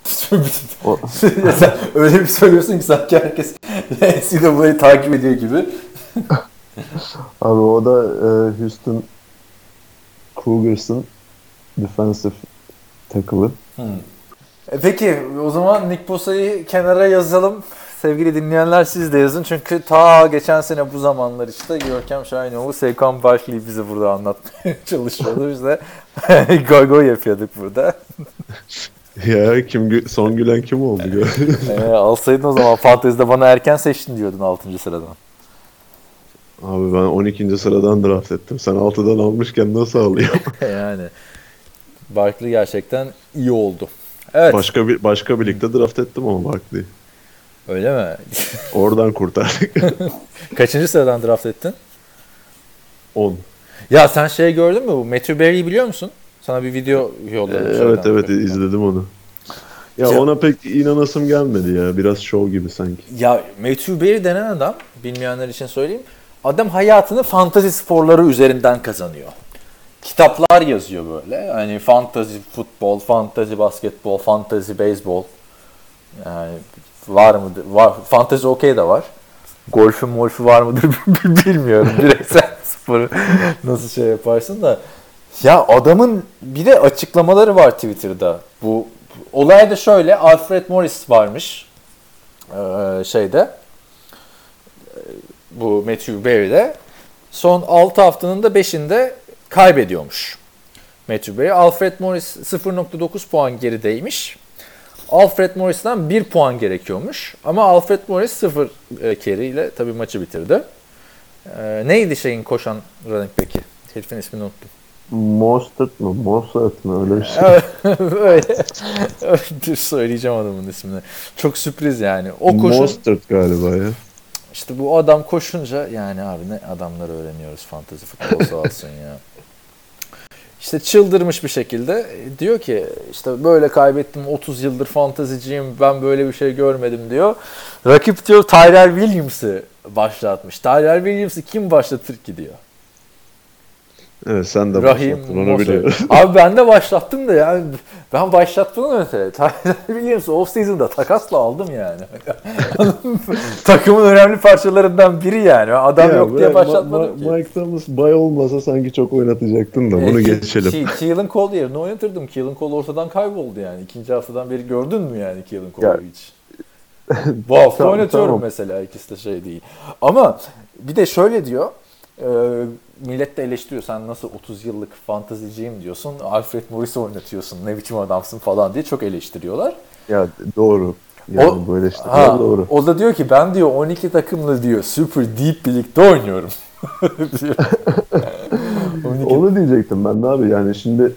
C: Sen öyle bir söylüyorsun ki sanki herkes NCAA'yı takip ediyor gibi.
D: Abi o da Houston Cougars'ın defensive tackle'ı.
C: Peki o zaman Nick Bosa'yı kenara yazalım. Sevgili dinleyenler siz de yazın. Çünkü ta geçen sene bu zamanlar işte Görkem Şahinoğlu, Seykan Barkley bizi burada anlatmaya çalışıyordu. Biz de goy yapıyorduk burada.
D: Ya son gülen kim oldu?
C: Alsaydın o zaman fantezide bana erken seçtin diyordun 6. sıradan.
D: Abi ben 12. sıradan draft ettim. Sen 6'dan almışken nasıl alıyor?
C: Yani Barkley gerçekten iyi oldu. Evet.
D: Başka bir ligde draft ettim ama Barkley'i.
C: Öyle mi?
D: Oradan kurtardık.
C: Kaçıncı sıradan draft ettin?
D: 10.
C: Ya sen şey gördün mü? Bu Matthew Berry'i biliyor musun? Sana bir video yolladım.
D: Evet izledim onu. Ya ona pek inanasım gelmedi ya. Biraz şov gibi sanki.
C: Ya Matthew Berry denen adam, bilmeyenler için söyleyeyim. Adam hayatını fantazi sporları üzerinden kazanıyor. Kitaplar yazıyor böyle. Hani fantazi futbol, fantazi basketbol, fantazi beyzbol. Yani var mıdır? Var. Fantazi okey de var. Golfü var mıdır bilmiyorum. Bireysel sporu nasıl şey yaparsın da. Ya adamın bir de açıklamaları var Twitter'da. Bu olay da şöyle. Alfred Morris varmış. Bu Matthew Berry'de. Son 6 haftanın da 5'inde kaybediyormuş Matthew Berry. Alfred Morris 0.9 puan gerideymiş. Alfred Morris'ten 1 puan gerekiyormuş. Ama Alfred Morris 0 carry ile tabii maçı bitirdi. Neydi şeyin koşan running back'i? Herifin ismini unuttum.
D: Mostert mı? Öyle bir şey.
C: Dur söyleyeceğim adamın ismini. Çok sürpriz yani. O koşun...
D: Mostert galiba ya.
C: İşte bu adam koşunca yani abi ne adamlar öğreniyoruz fantezi futbol sağ olsun ya. İşte çıldırmış bir şekilde diyor ki işte böyle kaybettim 30 yıldır fanteziciyim ben böyle bir şey görmedim diyor. Rakip diyor Tyrell Williams'ı başlatmış. Tyrell Williams'ı kim başlatır ki diyor.
D: Evet sen de
C: Rahim
D: başlattın onu
C: Moser.
D: biliyorum.
C: Abi ben de başlattım da yani ben başlattım mesela. Biliyor musun off season'da takasla aldım yani. Takımın önemli parçalarından biri yani. Adam yok diye başlatmadım ki.
D: Mike Thomas bay olmasa sanki çok oynatacaktın da bunu geçelim.
C: Keelan Cole yerine oynatırdım. Keelan Cole ortadan kayboldu yani. İkinci haftadan beri gördün mü yani Keelan Cole'u hiç? Bu hafta
D: Tamam,
C: oynatıyorum
D: tamam.
C: mesela, ikisi de şey değil. Ama bir de şöyle diyor. Millet de eleştiriyor. Sen nasıl 30 yıllık fantaziciyim diyorsun. Alfred Morris'i oynatıyorsun. Ne biçim adamsın falan diye çok eleştiriyorlar.
D: Ya doğru. Yani böyle işte doğru.
C: O da diyor ki ben diyor 12 takımlı diyor super deep bir ligde oynuyorum. Diyor. 12
D: Onu diyecektim ben de abi yani şimdi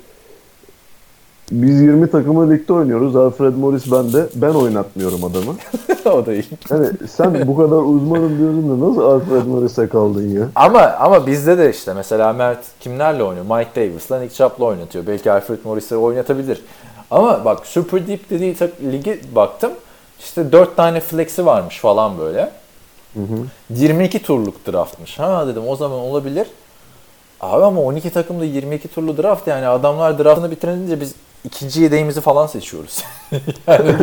D: biz 20 takımlı ligde oynuyoruz. Alfred Morris ben oynatmıyorum adamı.
C: o da iyi.
D: Yani sen bu kadar uzmanım diyorsun da nasıl Alfred Morris'e kaldın ya?
C: Ama bizde de işte mesela Mert kimlerle oynuyor? Mike Davis'la Nick Chubb'la oynatıyor. Belki Alfred Morris'i oynatabilir. Ama bak Super Deep dediği ligi baktım. İşte 4 tane flex'i varmış falan böyle.
D: Hı hı.
C: 22 turluk draftmış. Ha dedim o zaman olabilir. Abi ama 12 takımda 22 turlu draft yani adamlar draftını bitirince biz ikinci yedeğimizi falan seçiyoruz. Yani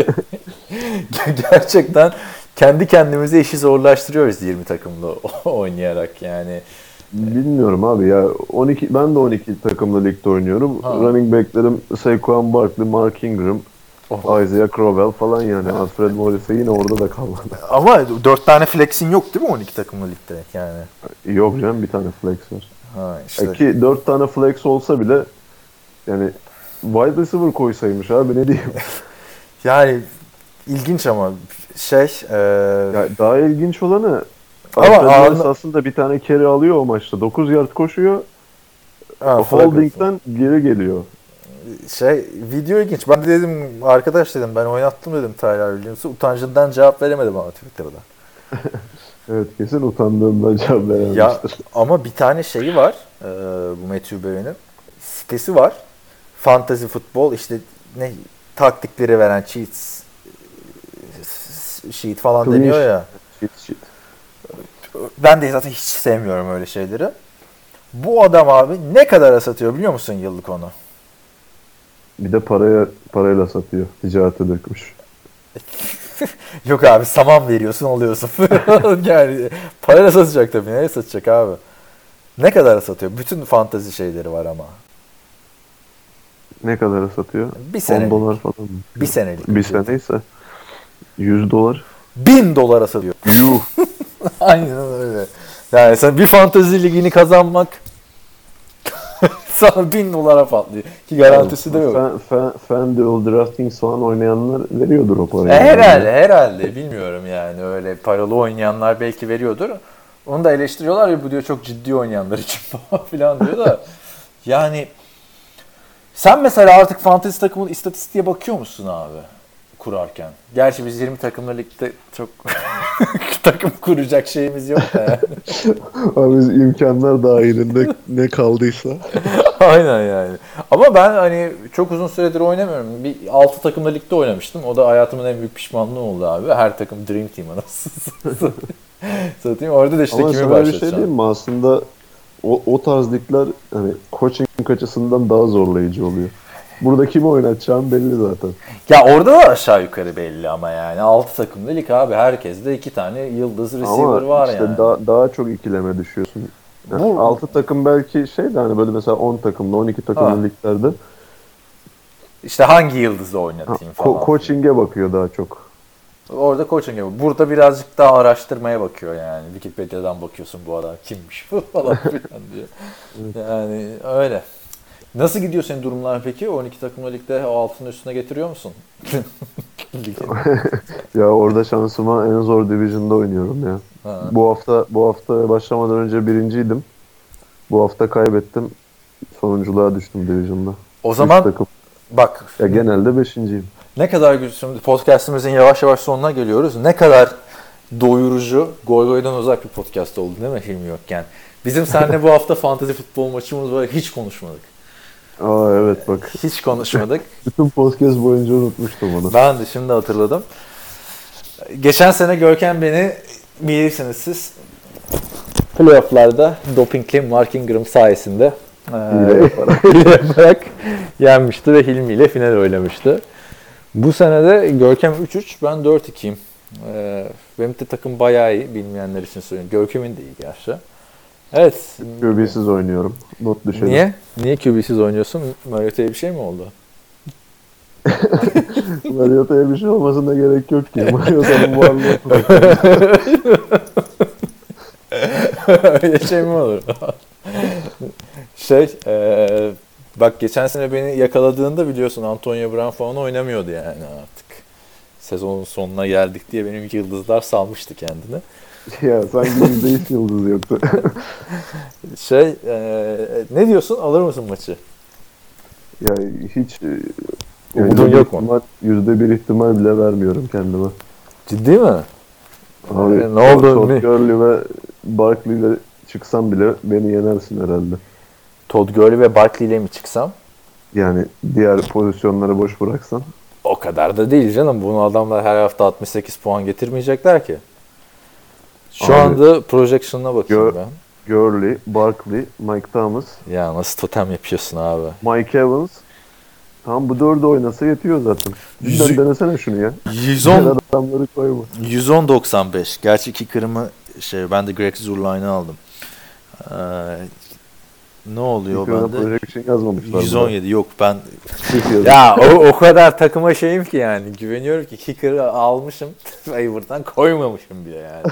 C: gerçekten kendi kendimize işi zorlaştırıyoruz 20 takımda oynayarak yani.
D: Bilmiyorum abi ya. Ben de 12 takımlı ligde oynuyorum.
C: Ha.
D: Running back'lerim Saquon Barkley, Mark Ingram,
C: Oh.
D: Isaiah Crowell falan yani. Alfred Morris'e yine orada da kalmadı.
C: Ama 4 tane flex'in yok değil mi 12 takımlı ligde yani?
D: Yok canım bir tane flex var.
C: Ha işte.
D: Ki 4 tane flex olsa bile yani wide receiver koysaymış abi ne diyeyim.
C: Yani ilginç ama
D: Ya daha ilginç olanı
C: Ama
D: Alfred Morris aslında bir tane carry alıyor o maçta. 9 yard koşuyor. Holding'den geri geliyor.
C: Video ilginç. Ben de dedim arkadaş dedim ben oynattım dedim Tyler Williams'ı. Utancından cevap veremedim ama Twitter'da.
D: Evet kesin utandığından cevap
C: Ya
D: verememiştir.
C: ama bir tane şeyi var bu Matthew Berry'nin sitesi var. Fantasy futbol işte ne taktikleri veren cheats sheet falan
D: Clean
C: deniyor ya.
D: Shit.
C: Ben de zaten hiç sevmiyorum öyle şeyleri. Bu adam abi ne kadara satıyor biliyor musun yıllık onu?
D: Bir de parayla satıyor. Ticarete dökmüş.
C: Yok abi saman veriyorsun alıyorsun. Yani parayla satacak tabii. Nereye satacak abi? Ne kadara satıyor? Bütün fantazi şeyleri var ama.
D: Ne kadara satıyor?
C: Bir senelik.
D: 10 dolar falan mı?
C: Bir senelik.
D: Bir seneyse 100 dolar.
C: 1000 dolara satıyor.
D: Yuh.
C: Aynen öyle. Yani sen bir fantazi ligini kazanmak sana 1000 dolara patlıyor. Ki garantisi de yok.
D: FanDuel, DraftKings falan oynayanlar veriyordur o parayı.
C: Herhalde. Bilmiyorum yani. Öyle paralı oynayanlar belki veriyordur. Onu da eleştiriyorlar ya bu diyor çok ciddi oynayanlar için falan filan diyor da. Yani sen mesela artık fantasy takımın istatistiğe bakıyor musun abi kurarken? Gerçi biz 20 takımlı ligde çok takım kuracak şeyimiz yok da yani.
D: Abi biz imkanlar dahilinde ne kaldıysa.
C: Aynen yani. Ama ben hani çok uzun süredir oynamıyorum. Bir 6 takımlı ligde oynamıştım. O da hayatımın en büyük pişmanlığı oldu abi. Her takım Dream Team anasını satayım. Orada da işte
D: Ama
C: kimi
D: sana bir şey
C: başlatacağım.
D: diyeyim mi? Aslında o tarz ligler hani coaching açısından daha zorlayıcı oluyor. Burada kimi oynatacağım belli zaten.
C: Ya orada da aşağı yukarı belli ama yani. 6 takımlı lig abi. Herkeste 2 tane yıldız receiver
D: Ama
C: var
D: işte
C: yani.
D: daha çok ikileme düşüyorsun. Yani 6 takım belki şey de hani böyle mesela 10 takımlı 12 takımlı liglerde
C: İşte hangi yıldızı oynatayım falan.
D: coaching'e bakıyor daha çok.
C: Orada coaching yapıyor. Burada birazcık daha araştırmaya bakıyor yani. Wikipedia'dan bakıyorsun bu adam kimmiş falan filan diye. Yani öyle. Nasıl gidiyor senin durumlar peki? 12 takımlı ligde o altının üstüne getiriyor musun?
D: Ya orada şansıma en zor division'da oynuyorum ya.
C: Ha.
D: Bu hafta başlamadan önce birinciydim. Bu hafta kaybettim. Sonunculuğa düştüm division'da.
C: O zaman
D: takım.
C: bak
D: Ya genelde beşinciyim.
C: ne kadar güzel. Şimdi podcast'imizin yavaş yavaş sonuna geliyoruz. Ne kadar doyurucu, goy goydan uzak bir podcast oldu değil mi film yokken? Bizim seninle bu hafta fantasy futbol maçımız var. Hiç konuşmadık.
D: Aa evet bak.
C: Hiç konuşmadık.
D: Bütün podcast boyunca unutmuştum onu.
C: Ben de şimdi hatırladım. Geçen sene Görkem beni bilirsiniz siz playoff'larda dopingli Mark Ingram sayesinde
D: Hile yaparak.
C: hile yaparak yenmişti ve Hilmi ile final oynamıştı. Bu sene de Görkem 3-3, ben 4-2'yim. Benim de takım bayağı iyi, bilmeyenler için söyleyeyim. Görkem'in de iyi gerçi. Evet.
D: QB'siz oynuyorum. Not düşelim.
C: Niye? Niye QB'siz oynuyorsun? Mariota'ya bir şey mi oldu?
D: Mariota'ya bir şey olmasına gerek yok ki. Mariota'nın varlığı.
C: Öyle şey mi olur? Bak geçen sene beni yakaladığında biliyorsun Antonio Brown falan oynamıyordu yani artık. Sezonun sonuna geldik diye benim yıldızlar salmıştı kendini.
D: Ya sanki bizde hiç yıldız yoktu.
C: Ne diyorsun? Alır mısın maçı?
D: Ya hiç
C: Umudun yok mu?
D: %1 ihtimal bile vermiyorum kendime.
C: Ciddi mi?
D: Abi,
C: Ne oldu?
D: Todd Gurley ve Barkley ile çıksam bile beni yenersin herhalde.
C: Todd Gurley ve Barkley ile mi çıksam?
D: Yani diğer pozisyonları boş bıraksan.
C: O kadar da değil canım. Bunu adamlar her hafta 68 puan getirmeyecekler ki. Şu
D: Abi,
C: anda projection'ına bakıyorum ben.
D: Gurley, Barkley, Mike Thomas,
C: Ya nasıl totem yapıyorsun abi?
D: Mike Evans. Tam bu dördü oynasa yetiyor zaten. Cidden denesene şunu ya.
C: 110
D: Diğer adamları koyma.
C: 110-95. Gerçi kicker'ımı ben de Greg Zuerlein'i aldım. Ne oluyor
D: Kicker'ına
C: bende?
D: projection yazmamışlar.
C: 117 yok ben.
D: Yazıyor.
C: Ya o kadar takıma şeyim ki yani. Güveniyorum ki kicker'ı almışım. Waiver'dan koymamışım bile yani.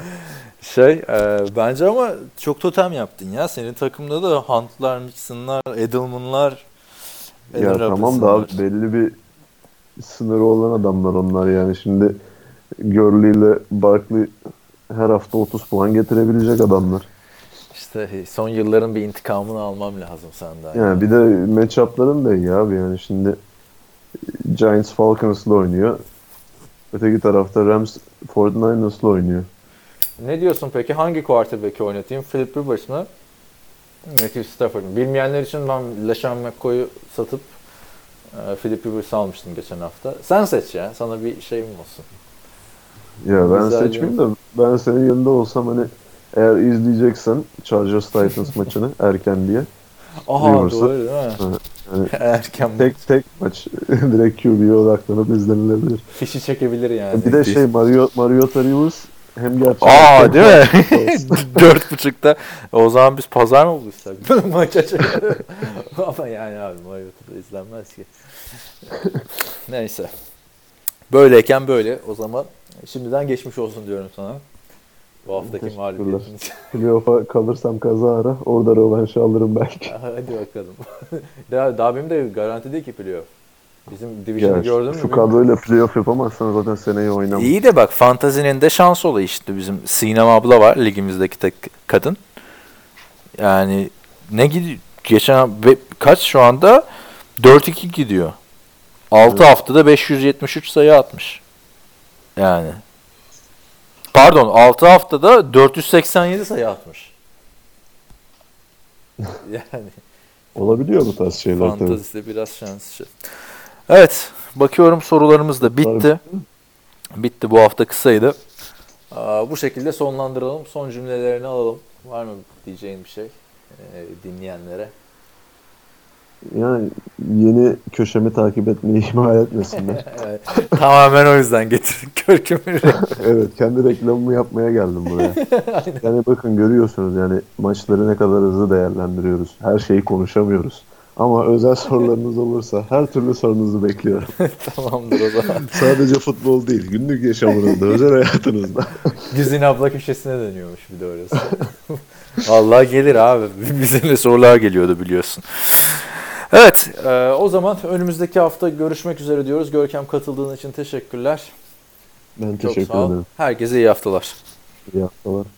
C: Bence ama çok totem yaptın ya. Senin takımda da Hunt'lar, Mixon'lar, Edelman'lar.
D: Ya tamam da abi belli bir sınırı olan adamlar onlar yani. Şimdi Gurley ile Barkley her hafta 30 puan getirebilecek adamlar.
C: İşte son yılların bir intikamını almam lazım senden.
D: Yani bir de matchup'ların da iyi abi yani şimdi Giants Falcons'la oynuyor. Öteki tarafta Rams 49ers'la oynuyor.
C: Ne diyorsun peki? Hangi quarterback'i oynatayım? Philip Rivers mı? Matthew Stafford mı? Bilmeyenler için ben LeSean McCoy'u satıp Philip Rivers'ı almıştım geçen hafta. Sen seç ya. Sana bir şeyim olsun.
D: Ya ben
C: Güzel
D: seçmeyeyim de ben senin yanında olsam hani eğer izleyeceksen Chargers Titans maçını erken diye.
C: Aha
D: Rivers'ı.
C: doğru değil mi?
D: Yani
C: Erken
D: tek maç direkt QB'ye odaklanıp izlenilebilir.
C: fişi çekebilir yani.
D: Bir de Mariota Rivers hem gerçekten...
C: Aa değil mi? 4.30'da. O zaman biz pazar mı buluşsak? Maç açalım. Ama yani abi Mariota'da izlenmez ki. Neyse. Böyleyken böyle. O zaman şimdiden geçmiş olsun diyorum sana. Bu haftaki mağlubiyetin için.
D: Playoff'a kalırsam kaza ara. Orada rövanşı alırım belki.
C: Hadi bakalım. daha benim de garanti değil ki playoff. Bizim division'ı
D: Ya,
C: gördün mü?
D: şu kadroyla playoff yapamazsan zaten seneye oynamam.
C: İyi de bak fantazinin de şans olayı işte bizim Sinem abla var ligimizdeki tek kadın. Yani ne gidiyor? Geçen kaç şu anda? 4-2 gidiyor. 6 haftada 573 sayı atmış. Yani. Pardon 6 haftada 487 sayı atmış. Yani.
D: Olabiliyor bu tarz şeyler tabii.
C: Fantazide biraz şans. Evet. Bakıyorum sorularımız da bitti. Bitti bu hafta kısaydı. Bu şekilde sonlandıralım. Son cümlelerini alalım. Var mı diyeceğin bir şey dinleyenlere?
D: Yani yeni köşemi takip etmeyi ihmal etmesinler.
C: Evet, tamamen o yüzden getirdik Görkem'i.
D: Evet, kendi reklamımı yapmaya geldim buraya. Yani bakın görüyorsunuz yani maçları ne kadar hızlı değerlendiriyoruz. Her şeyi konuşamıyoruz. Ama özel sorularınız olursa her türlü sorunuzu bekliyorum.
C: Tamamdır o zaman.
D: Sadece futbol değil, günlük yaşamınızda, özel hayatınızda.
C: Güzin abla köşesine dönüyormuş bir de orası. Vallahi gelir abi. Bize de sorular geliyordu biliyorsun. Evet, o zaman önümüzdeki hafta görüşmek üzere diyoruz. Görkem katıldığın için teşekkürler.
D: Ben
C: Çok
D: teşekkür
C: sağ ol.
D: ederim.
C: Herkese iyi haftalar.
D: İyi haftalar.